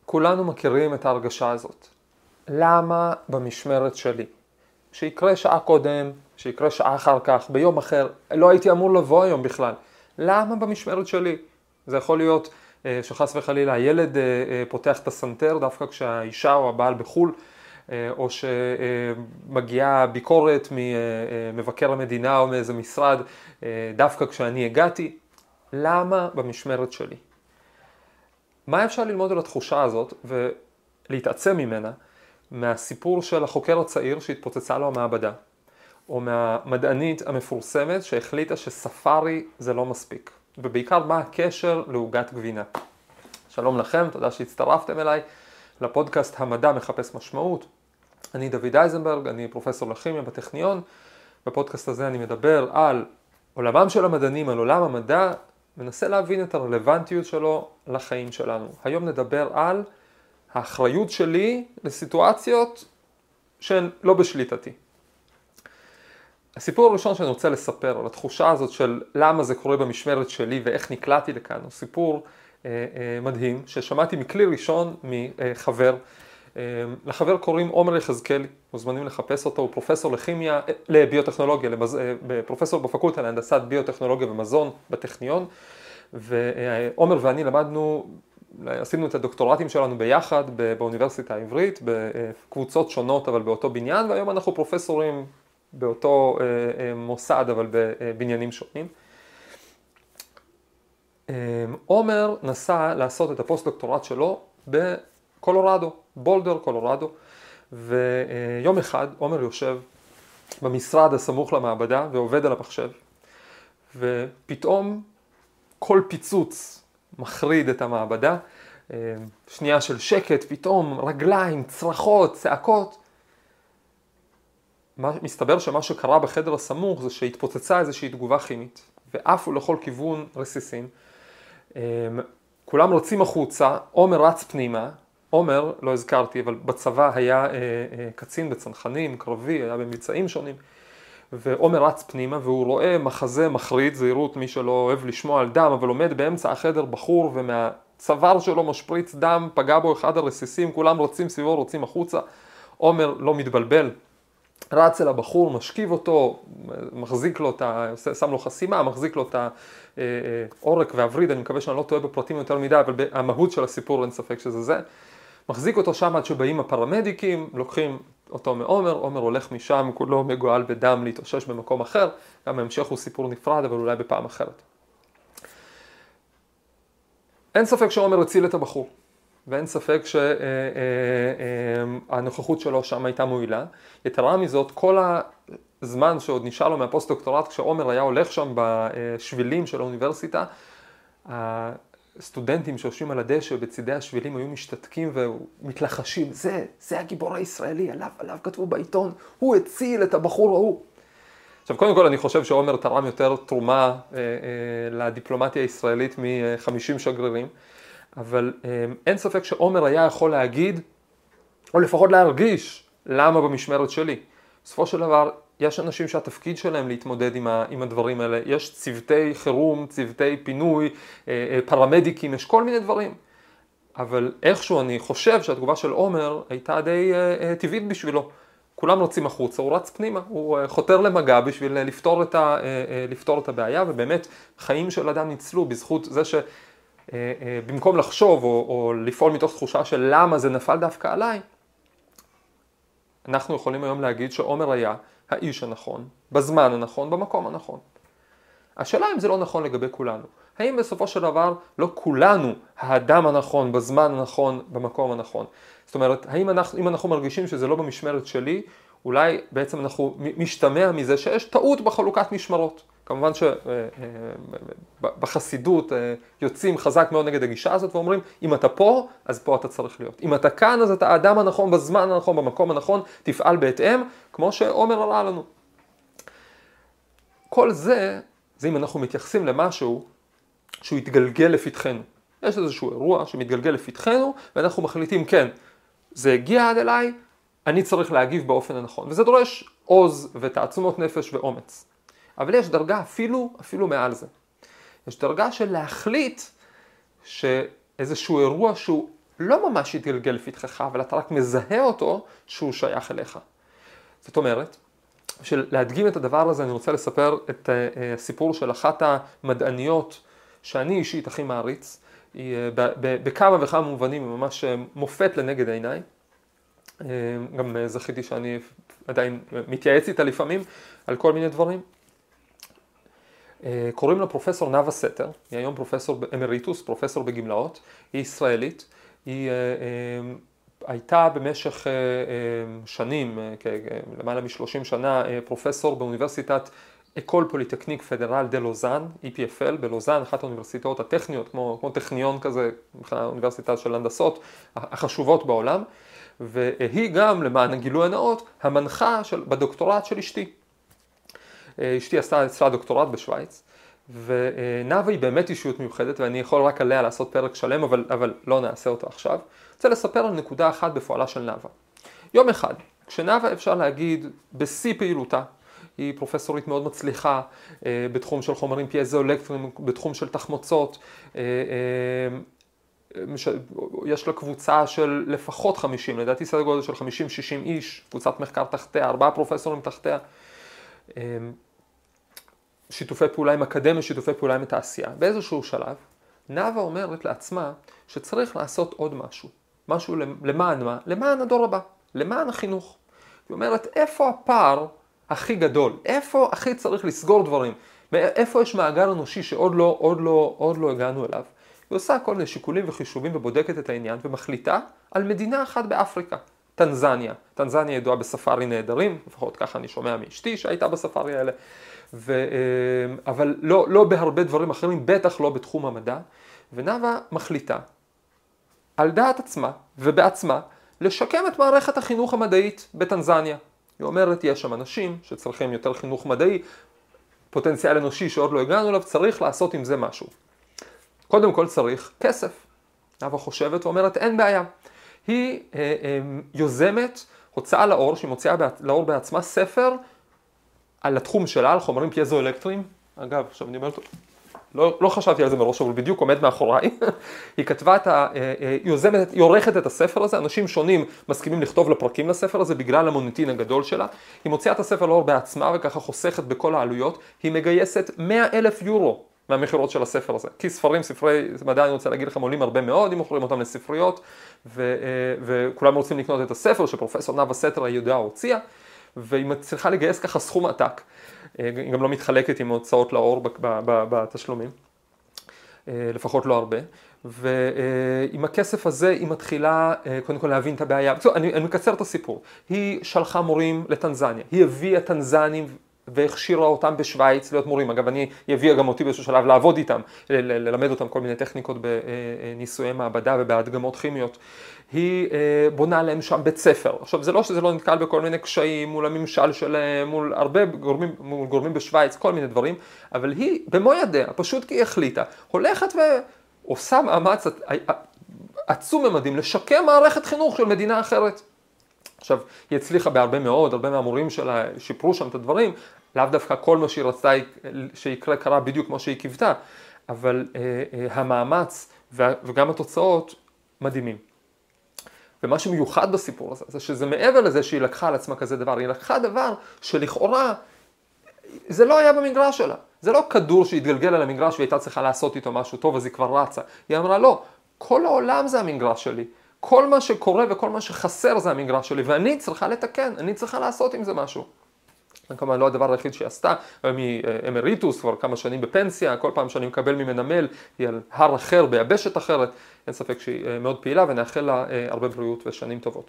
כולנו מכירים את ההרגשה הזאת. למה במשמרת שלי? שיקרה שעה קודם, שיקרה שעה אחר כך, ביום אחר, לא הייתי אמור לבוא היום בכלל. למה במשמרת שלי? זה יכול להיות שחס וחלילה הילד פותח את הסנטר דווקא כשהאישה או הבעל בחול, או שמגיעה ביקורת ממבקר המדינה או מאיזה משרד דווקא כשאני הגעתי. למה במשמרת שלי? מה אפשר ללמוד על התחושה הזאת ולהתעצם ממנה? מהסיפור של החוקר הצעיר שהתפוצצה לו המעבדה, או מהמדענית המפורסמת שהחליטה שספארי זה לא מספיק, ובעיקר מה הקשר לעוגת גבינה. שלום לכם, תודה שהצטרפתם אליי לפודקאסט המדע מחפש משמעות. אני דוד אייזנברג, אני פרופסור לכימיה בטכניון. בפודקאסט הזה אני מדבר על עולמם של המדענים, על עולם המדע, מנסה להבין את הרלוונטיות שלו לחיים שלנו. היום נדבר על האחריות שלי לסיטואציות שהן לא בשליטתי. הסיפור הראשון שאני רוצה לספר על התחושה הזאת של למה זה קורה במשמרת שלי ואיך נקלעתי לכאן, הוא סיפור מדהים ששמעתי מכלי ראשון מחבר. לחבר קוראים עומר יחזקאלי, מוזמנים לחפש אותו, הוא פרופסור לכימיה, לביוטכנולוגיה, פרופסור בפקולטה להנדסת ביוטכנולוגיה ומזון בטכניון, ועומר ואני למדנו, עשינו את הדוקטורטים שלנו ביחד באוניברסיטה העברית, בקבוצות שונות אבל באותו בניין, והיום אנחנו פרופסורים באותו מוסד אבל בבניינים שונים. עומר נסע לעשות את הפוסט-דוקטורט שלו בקולורדו, בולדר, קולורדו, ויום אחד עומר יושב במשרד הסמוך למעבדה ועובד על המחשב, ופתאום כל פיצוץ מחריד את המעבדה, שנייה של שקט, פתאום רגליים, צרחות, צעקות. מסתבר שמה שקרה בחדר הסמוך זה שהתפוצצה איזושהי תגובה כימית, ועפו לכל כיוון רסיסים. כולם רצים החוצה, עומר רץ פנימה, עומר, לא הזכרתי, אבל בצבא היה קצין בצנחנים, קרבי, היה במבצעים שונים, ועומר רץ פנימה והוא רואה מחזה מחריד, זהירות מי שלא אוהב לשמוע על דם, אבל עומד באמצע החדר בחור ומהצוואר שלו משפריץ דם, פגע בו אחד הרסיסים, כולם רצים סביבו, רוצים החוצה, עומר לא מתבלבל, רץ אל הבחור, משכיב אותו, מחזיק לו שם לו חסימה, מחזיק לו את העורק והווריד, אני מקווה שאני לא טועה בפרטים יותר מדי, אבל המהות של הסיפור אין ספק שזה זה. מחזיק אותו שם עד שבאים הפרמדיקים, לוקחים אותו מעומר, עומר הולך משם, כולו מגועל בדם להתאושש במקום אחר, גם ההמשך הוא סיפור נפרד, אבל אולי בפעם אחרת. אין ספק שעומר הציל את הבחור, ואין ספק שהנוכחות שלו שם הייתה מועילה. יתרה מזאת, כל הזמן שעוד נשאר לו מהפוסט-דוקטורט, כשעומר היה הולך שם בשבילים של האוניברסיטה, הסטודנטים שיושבים על הדשא בצידי השבילים היו משתתקים ומתלחשים, זה הגיבור הישראלי, עליו כתבו בעיתון, הוא הציל את הבחור ההוא. עכשיו, קודם כל אני חושב שעומר תרם יותר תרומה לדיפלומטיה הישראלית מ-50 שגרירים, אבל אין ספק שעומר היה יכול להגיד, או לפחות להרגיש, למה במשמרת שלי. בסופו של דבר, יש אנשים שהתפקיד שלהם להתמודד עם הדברים האלה. יש צוותי חירום, צוותי פינוי, פרמדיקים, יש כל מיני דברים. אבל איכשהו אני חושב שהתגובה של עומר הייתה די טבעית בשבילו. כולם רצים החוצה, הוא רץ פנימה, הוא חותר למגע בשביל לפתור את הבעיה, ובאמת חיים של אדם ניצלו בזכות זה שבמקום לחשוב או לפעול מתוך תחושה של למה זה נפל דווקא עליי, אנחנו יכולים היום להגיד שעומר היה האיש הנכון, בזמן הנכון, במקום הנכון. השאלה אם זה לא נכון לגבי כולנו. האם בסופו של דבר לא כולנו האדם הנכון, בזמן הנכון, במקום הנכון? זאת אומרת, אם אנחנו מרגישים שזה לא במשמרת שלי, אולי בעצם אנחנו משתמע מזה שיש טעות בחלוקת משמרות. כמובן שבחסידות יוצאים חזק מאוד נגד הגישה הזאת ואומרים, אם אתה פה, אז פה אתה צריך להיות. אם אתה כאן, אז אתה האדם הנכון, בזמן הנכון, במקום הנכון, תפעל בהתאם, כמו שעומר הראה לנו. כל זה אם אנחנו מתייחסים למשהו שהוא יתגלגל לפתחנו. יש איזשהו אירוע שמתגלגל לפתחנו, ואנחנו מחליטים, כן, זה הגיע עד אליי, אני צריך להגיב באופן הנכון. וזה דורש עוז ותעצומות נפש ואומץ. אבל יש דרגה אפילו מעל זה. יש דרגה של להחליט שאיזשהו אירוע שהוא לא ממש יתגלגל לפתחך, אבל אתה רק מזהה אותו שהוא שייך אליך. זאת אומרת, בשביל להדגים את הדבר הזה, אני רוצה לספר את הסיפור של אחת המדעניות שאני אישית הכי מעריץ. היא בכמה וכמה מובנים, היא ממש מופת לנגד עיניי. גם זכיתי שאני עדיין מתייעץ איתה לפעמים על כל מיני דברים. קוראים לה פרופסור נאוה סתר, היא היום פרופסור אמריטוס, פרופסור בגמלאות, היא ישראלית, היא הייתה במשך שנים, למעלה מ-30 שנה, פרופסור באוניברסיטת אקול פוליטקניק פדרל דה לוזאן, EPFL בלוזאן, אחת האוניברסיטאות הטכניות, כמו טכניון כזה, האוניברסיטה של הנדסות החשובות בעולם, והיא גם, למען הגילוי הנאות, המנחה בדוקטורט של אשתי. אשתי עשתה אצלה דוקטורט בשוויץ, ונאוה היא באמת אישיות מיוחדת, ואני יכול רק עליה לעשות פרק שלם, אבל לא נעשה אותו עכשיו. רוצה לספר על נקודה אחת בפועלה של נאוה. יום אחד, כשנאוה אפשר להגיד בשיא פעילותה, היא פרופסורית מאוד מצליחה בתחום של חומרים פיזואלקטריים, בתחום של תחמוצות, יש לה קבוצה של לפחות 50, לדעתי סדר גודל של 50-60 איש, קבוצת מחקר תחתיה, 4 פרופסורים תחתיה, שיתופי פעולה עם אקדמיה, שיתופי פעולה עם התעשייה. באיזשהו שלב, נאוה אומרת לעצמה שצריך לעשות עוד משהו. משהו למען מה? למען הדור הבא, למען החינוך. היא אומרת, איפה הפער הכי גדול? איפה הכי צריך לסגור דברים? איפה יש מאגר אנושי שעוד לא הגענו אליו? היא עושה כל מיני שיקולים וחישובים ובודקת את העניין ומחליטה על מדינה אחת באפריקה, טנזניה. טנזניה ידועה בספארי נהדרים, לפחות ככה אני שומע מאשתי שהייתה בספארי האלה, אבל לא בהרבה דברים אחרים, בטח לא בתחום המדע. ונאוה מחליטה על דעת עצמה ובעצמה לשקם את מערכת החינוך המדעית בטנזניה. היא אומרת, יש שם אנשים שצריכים יותר חינוך מדעי, פוטנציאל אנושי שעוד לא הגענו אליו, צריך לעשות עם זה משהו. קודם כל צריך כסף. נאוה חושבת ואומרת, אין בעיה. היא יוזמת הוצאה לאור, שהיא מוציאה לאור בעצמה ספר על התחום שלה, על חומרים פיזואלקטריים. אגב, עכשיו אני אומרת, לא חשבתי על זה מראש, אבל בדיוק עומד מאחוריי. היא כתבה היא עורכת את הספר הזה, אנשים שונים מסכימים לכתוב לפרקים לספר הזה בגלל המוניטין הגדול שלה. היא מוציאה את הספר לאור בעצמה וככה חוסכת בכל העלויות. היא מגייסת 100,000 יורו מהמחירות של הספר הזה. כי ספרי מדע, אני רוצה להגיד לכם, עולים הרבה מאוד, אם מוכרים אותם לספריות, וכולם רוצים לקנות את הספר שפרופסור נאוה סתר הידועה הוציאה, והיא צריכה לגייס ככה סכום עתק. היא גם לא מתחלקת עם הוצאות לאור בתשלומים, לפחות לא הרבה. ועם הכסף הזה היא מתחילה קודם כל להבין את הבעיה. אני מקצר את הסיפור. היא שלחה מורים לטנזניה, היא הביאה טנזנים והכשירה אותם בשוויץ להיות מורים. אגב, היא הביאה גם אותי באיזשהו שלב לעבוד איתם, ללמד אותם כל מיני טכניקות בניסויי מעבדה ובהדגמות כימיות. היא בונה להם שם בית ספר. עכשיו, זה לא שזה לא נתקל בכל מיני קשיים מול הממשל שלהם, מול הרבה גורמים בשוויץ, כל מיני דברים, אבל היא במו ידיה, פשוט כי היא החליטה, הולכת ועושה מאמץ עצום ממדים לשקם מערכת חינוך של מדינה אחרת. עכשיו, היא הצליחה בהרבה מאוד, הרבה מהמורים שלה שיפרו שם את הדברים, לאו דווקא כל מה שהיא רצתה שיקרה קרה בדיוק כמו שהיא קיוותה, אבל המאמץ וגם התוצאות מדהימים. ומה שמיוחד בסיפור הזה, זה שזה מעבר לזה שהיא לקחה על עצמה כזה דבר, היא לקחה דבר שלכאורה, זה לא היה במגרש שלה. זה לא כדור שהתגלגל על המגרש והייתה צריכה לעשות איתו משהו טוב, אז היא כבר רצה. היא אמרה, לא, כל העולם זה המגרש שלי. כל מה שקורה וכל מה שחסר זה המגרש שלי, ואני צריכה לתקן, אני צריכה לעשות עם זה משהו. זה כמובן לא הדבר היחיד שהיא עשתה, היא אמריטוס, כבר כמה שנים בפנסיה, כל פעם שאני מקבל ממנה מייל, היא על הר אחר, ביבשת אחרת, אין ספק שהיא מאוד פעילה, ונאחל לה הרבה בריאות ושנים טובות.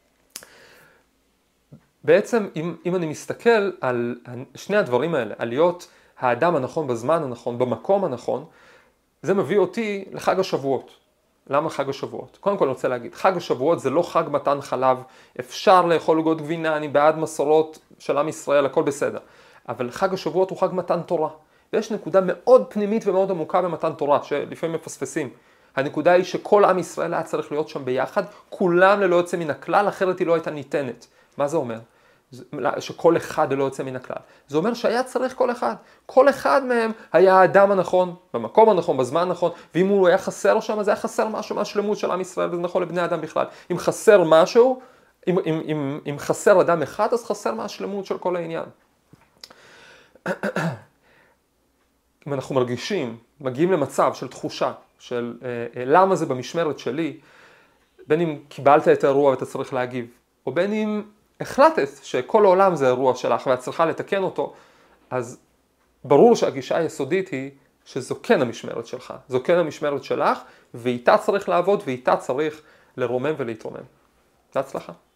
בעצם, אם אני מסתכל על שני הדברים האלה, על להיות האדם הנכון בזמן הנכון, במקום הנכון, זה מביא אותי לחג השבועות. למה חג השבועות? קודם כל אני רוצה להגיד, חג השבועות זה לא חג מתן חלב, אפשר לאכול עוגות גבינה, אני בעד מסורות של עם ישראל, הכל בסדר. אבל חג השבועות הוא חג מתן תורה. ויש נקודה מאוד פנימית ומאוד עמוקה במתן תורה, שלפעמים מפספסים. הנקודה היא שכל עם ישראל היה צריך להיות שם ביחד, כולם ללא יוצא מן הכלל, אחרת היא לא הייתה ניתנת. מה זה אומר? שכל אחד לא יוצא מן הכלל. זה אומר שהיה צריך כל אחד. כל אחד מהם היה האדם הנכון, במקום הנכון, בזמן הנכון, ואם הוא היה חסר שם, אז היה חסר משהו מהשלמות של עם ישראל, וזה נכון לבני אדם בכלל. אם חסר משהו, אם חסר אדם אחד, אז חסר מהשלמות של כל העניין. אם אנחנו מגיעים למצב של תחושה, של למה זה במשמרת שלי, בין אם קיבלת את האירוע ואתה צריך להגיב, או בין אם החלטת שכל העולם זה אירוע שלך ואת צריכה לתקן אותו, אז ברור שהגישה היסודית היא שזו כן המשמרת שלך, זו כן המשמרת שלך, ואיתה צריך לעבוד ואיתה צריך לרומם ולהתרומם. בהצלחה.